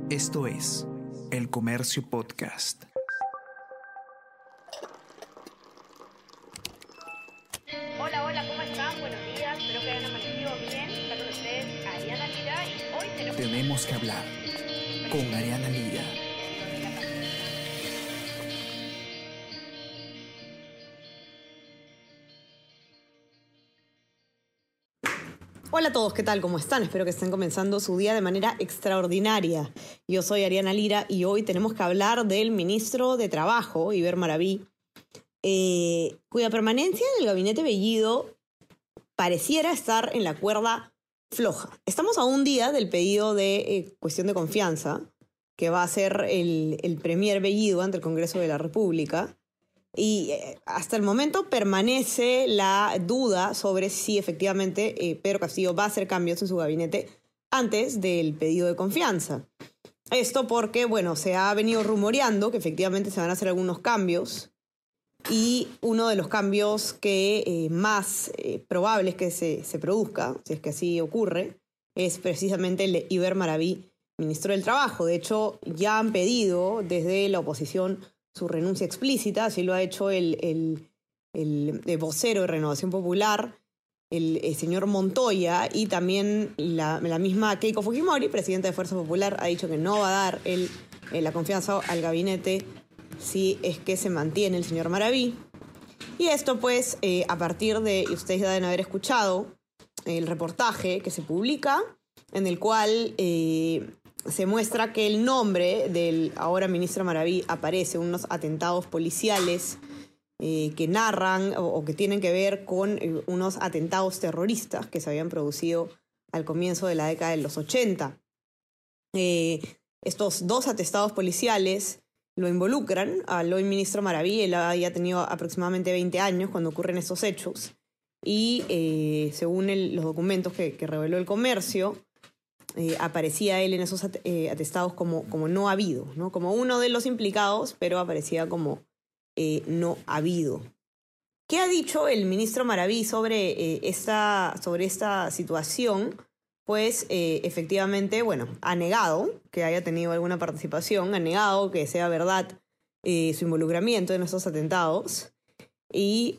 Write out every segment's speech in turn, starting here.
Esto es El Comercio Podcast. Hola, ¿cómo están? Buenos días, espero que hayan amanecido bien. Está con ustedes Ariana Lira y hoy Tenemos que hablar con Ariana Lira. Hola a todos, ¿qué tal? ¿Cómo están? Espero que estén comenzando su día de manera extraordinaria. Yo soy Ariana Lira y hoy tenemos que hablar del ministro de Trabajo, Iber Maraví, cuya permanencia en el gabinete Bellido pareciera estar en la cuerda floja. Estamos a un día del pedido de cuestión de confianza que va a hacer el premier Bellido ante el Congreso de la República. Y hasta el momento permanece la duda sobre si efectivamente Pedro Castillo va a hacer cambios en su gabinete antes del pedido de confianza. Esto porque, se ha venido rumoreando que efectivamente se van a hacer algunos cambios y uno de los cambios que más probable es que se produzca, si es que así ocurre, es precisamente el de Iber Maraví, ministro del Trabajo. De hecho, ya han pedido desde la oposición su renuncia explícita, así lo ha hecho el vocero de Renovación Popular, el señor Montoya, y también la misma Keiko Fujimori, presidenta de Fuerza Popular, ha dicho que no va a dar la confianza al gabinete si es que se mantiene el señor Maraví. Y esto pues a partir de, y ustedes ya deben haber escuchado, el reportaje que se publica, en el cual se muestra que el nombre del ahora ministro Maraví aparece en unos atentados policiales que narran o que tienen que ver con unos atentados terroristas que se habían producido al comienzo de la década de los 80. Estos dos atestados policiales lo involucran al hoy ministro Maraví. Él había tenido aproximadamente 20 años cuando ocurren estos hechos y según los documentos que reveló El Comercio, aparecía él en esos atestados como no habido, ¿no? Como uno de los implicados, pero aparecía como no habido. ¿Qué ha dicho el ministro Maraví sobre esta situación? Pues efectivamente, ha negado que haya tenido alguna participación, ha negado que sea verdad su involucramiento en estos atentados y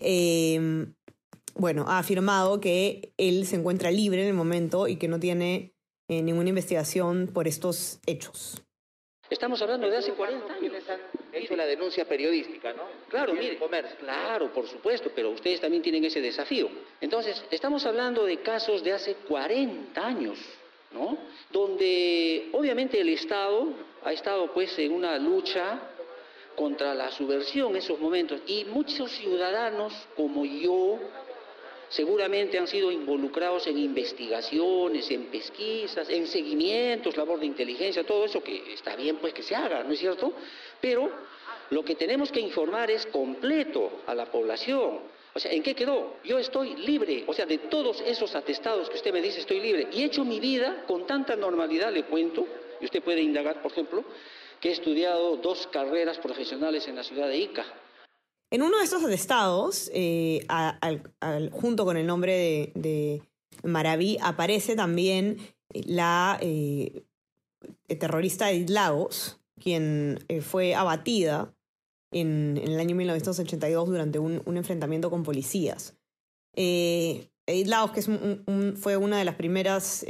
ha afirmado que él se encuentra libre en el momento y que no tiene ninguna investigación por estos hechos. Estamos hablando de hace 40 años. Han hecho la denuncia periodística, ¿no? Claro, mire, claro, por supuesto, pero ustedes también tienen ese desafío. Entonces, estamos hablando de casos de hace 40 años, ¿no? Donde obviamente el Estado ha estado pues en una lucha contra la subversión en esos momentos y muchos ciudadanos como yo seguramente han sido involucrados en investigaciones, en pesquisas, en seguimientos, labor de inteligencia, todo eso que está bien pues que se haga, ¿no es cierto? Pero lo que tenemos que informar es completo a la población. O sea, ¿en qué quedó? Yo estoy libre, o sea, de todos esos atestados que usted me dice estoy libre y he hecho mi vida con tanta normalidad, le cuento, y usted puede indagar, por ejemplo, que he estudiado 2 carreras profesionales en la ciudad de Ica. En uno de estos atestados, junto con el nombre de Maraví, aparece también la terrorista Edith Lagos, quien fue abatida en el año 1982 durante un enfrentamiento con policías. Edith Lagos, que fue una de las primeras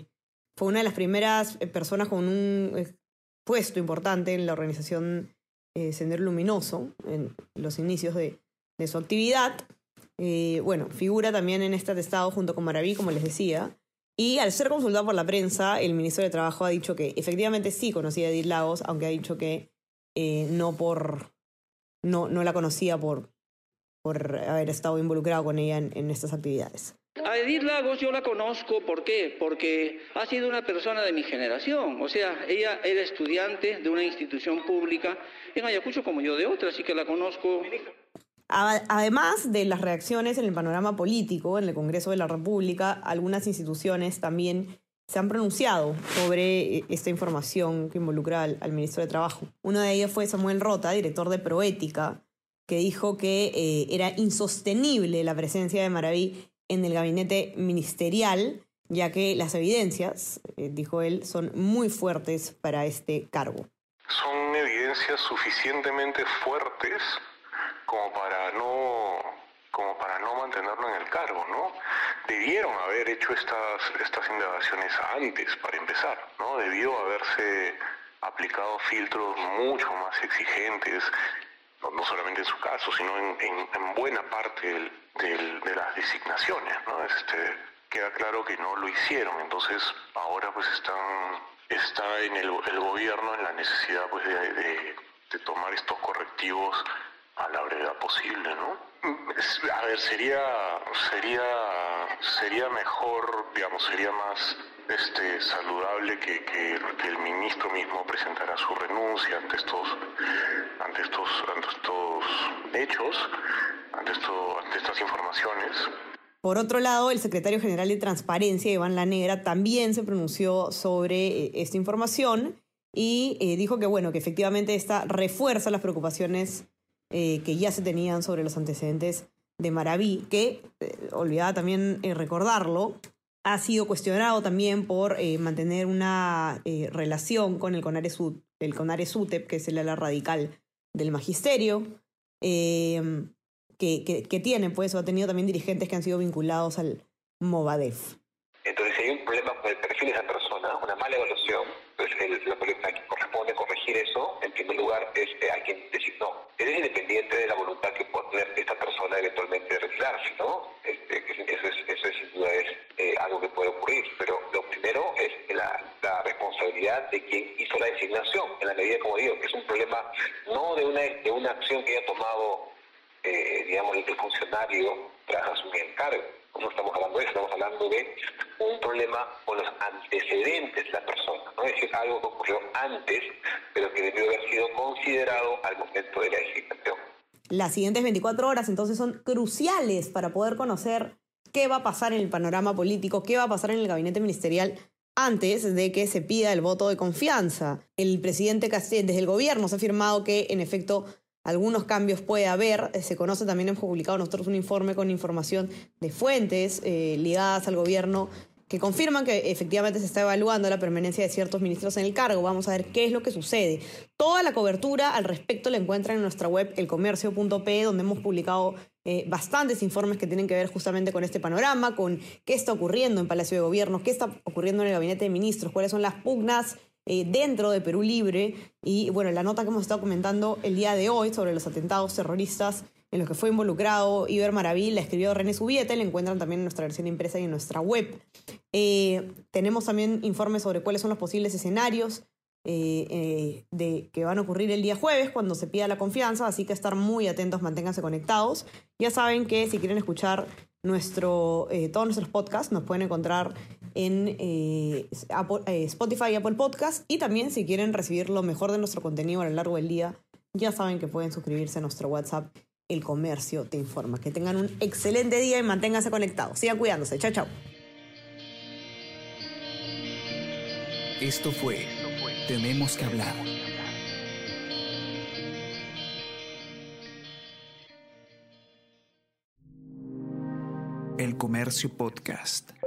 personas con un puesto importante en la organización Sendero Luminoso, en los inicios de su actividad. Figura también en este atestado junto con Maraví, como les decía. Y al ser consultado por la prensa, el ministro de Trabajo ha dicho que efectivamente sí conocía a Edith Lagos, aunque ha dicho que no la conocía por haber estado involucrado con ella en estas actividades. A Edith Lagos yo la conozco, ¿por qué? Porque ha sido una persona de mi generación, o sea, ella era estudiante de una institución pública en Ayacucho como yo de otra, así que la conozco. Además de las reacciones en el panorama político, en el Congreso de la República, algunas instituciones también se han pronunciado sobre esta información que involucra al ministro de Trabajo. Uno de ellos fue Samuel Rota, director de Proética, que dijo que era insostenible la presencia de Maraví en el gabinete ministerial ya que las evidencias, dijo él, son muy fuertes para este cargo. Son evidencias suficientemente fuertes como para no mantenerlo en el cargo, ¿no? Debieron haber hecho estas indagaciones antes, para empezar, ¿no? Debió haberse aplicado filtros mucho más exigentes, no solamente en su caso, sino en buena parte de las designaciones, ¿no? Queda claro que no lo hicieron, entonces ahora pues está en el gobierno en la necesidad pues de tomar estos correctivos a la brevedad posible, ¿no? A ver, sería mejor, digamos, sería más saludable que el ministro mismo presentara su renuncia ante estos hechos, ante estas informaciones. Por otro lado, el secretario general de Transparencia, Iván Lanegra, también se pronunció sobre esta información y dijo que, bueno, que efectivamente esta refuerza las preocupaciones que ya se tenían sobre los antecedentes de Maraví, que, olvidaba también recordarlo, ha sido cuestionado también por mantener una relación con el CONARES-UTEP, que es el ala radical del magisterio, que tiene, pues, o ha tenido también dirigentes que han sido vinculados al Movadef. Entonces, si hay un problema con el perfil de esa persona, una mala evaluación, pues la que corresponde corregir eso, en primer lugar, es a quien designó. Es independiente de la voluntad que pueda tener esta persona eventualmente de retirarse, ¿no? Eso sin duda es algo que puede ocurrir, pero lo primero es la responsabilidad de quien hizo la designación, en la medida, como digo, que es un problema no de una acción que haya tomado, digamos, el funcionario tras asumir el cargo. No estamos hablando de eso, estamos hablando de un problema con los antecedentes de la persona, ¿no? Es decir, algo que ocurrió antes, pero que debió haber sido considerado al momento de la designación. Las siguientes 24 horas entonces son cruciales para poder conocer qué va a pasar en el panorama político, qué va a pasar en el gabinete ministerial antes de que se pida el voto de confianza. El presidente Castillo, desde el gobierno, se ha afirmado que, en efecto, algunos cambios puede haber. Se conoce, también hemos publicado nosotros un informe con información de fuentes ligadas al gobierno que confirman que efectivamente se está evaluando la permanencia de ciertos ministros en el cargo. Vamos a ver qué es lo que sucede. Toda la cobertura al respecto la encuentran en nuestra web elcomercio.pe, donde hemos publicado bastantes informes que tienen que ver justamente con este panorama, con qué está ocurriendo en Palacio de Gobierno, qué está ocurriendo en el gabinete de ministros, cuáles son las pugnas dentro de Perú Libre. Y bueno, la nota que hemos estado comentando el día de hoy sobre los atentados terroristas en los que fue involucrado Iber Maraví la escribió René Subiete, la encuentran también en nuestra versión impresa y en nuestra web. Tenemos también informes sobre cuáles son los posibles escenarios que van a ocurrir el día jueves cuando se pida la confianza, así que estar muy atentos, manténganse conectados. Ya saben que si quieren escuchar todos nuestros podcasts nos pueden encontrar en Spotify y Apple Podcasts, y también si quieren recibir lo mejor de nuestro contenido a lo largo del día, ya saben que pueden suscribirse a nuestro WhatsApp El Comercio Te Informa. Que tengan un excelente día y manténganse conectados. Sigan cuidándose. Chao, chao. Esto fue Tenemos que hablar. El Comercio Podcast.